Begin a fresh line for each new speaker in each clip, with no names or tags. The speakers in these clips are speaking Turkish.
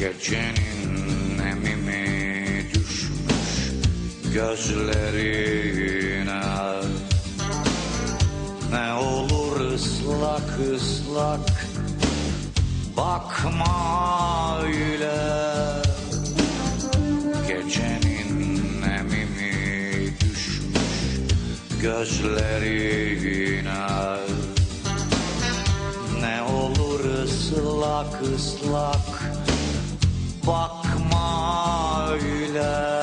Gecenin nemimi düşmüş gözlerine. Ne olur ıslak ıslak bakma öyle. Gecenin nemimi düşmüş gözlerine. Ne olur ıslak ıslak bakma öyle.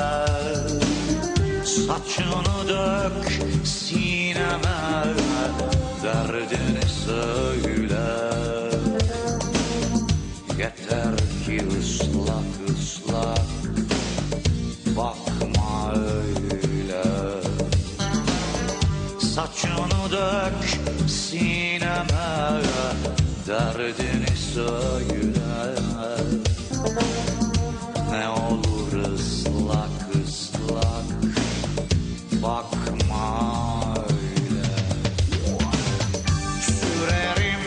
Saçını dök sineme, derdini söyle. Yeter ki ıslak ıslak bakma öyle. Saçını dök sineme, derdini söyle. Ne olur ıslak ıslak bakma öyle. Sürerim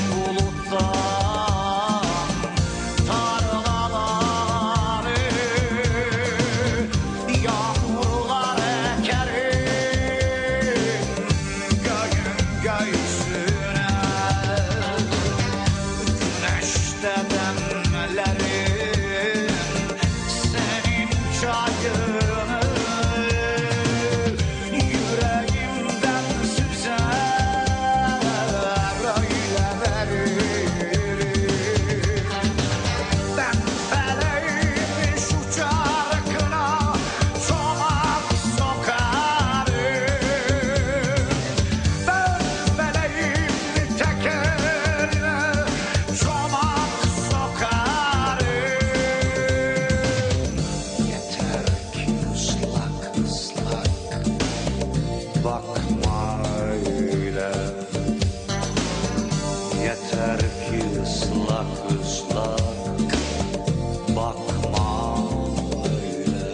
buluttan tarlaları, yağmurlar ekerim göğün göğsüne. Güneşte demlerim senin çayını, yüreğimden süzer öyle veririm. Ben feleğin şu çarkına çomak sokarım. Ben feleğin tekerine çomak sokarım. Yeter ki ıslak ıslak bakma öyle. Yeter ki ıslak ıslak bakma öyle.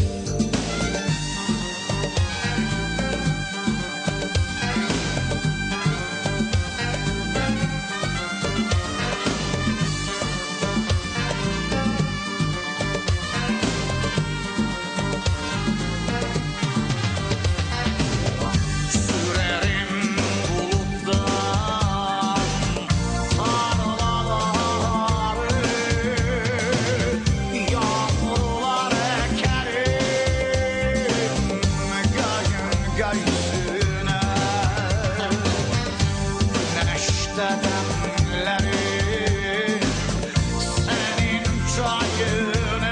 Sürerim buluttan tarlaları, yağmurlar ekerim göğün göğsüne. Güneşte demlerim senin çayını,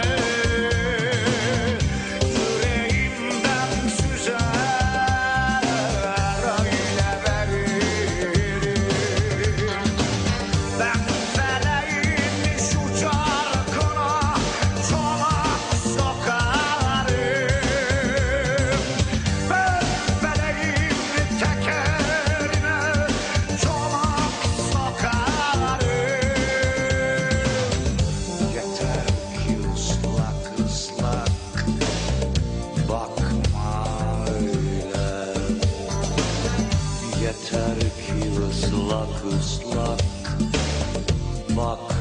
yüreğimden süzer öyle veririm. Ben feleğin şu çarkına çomak sokarım. Ben feleğin tekerine çomak sokarım. Yeter ki ıslak ıslak bakma öyle. Yeter ki ıslak ıslak bakma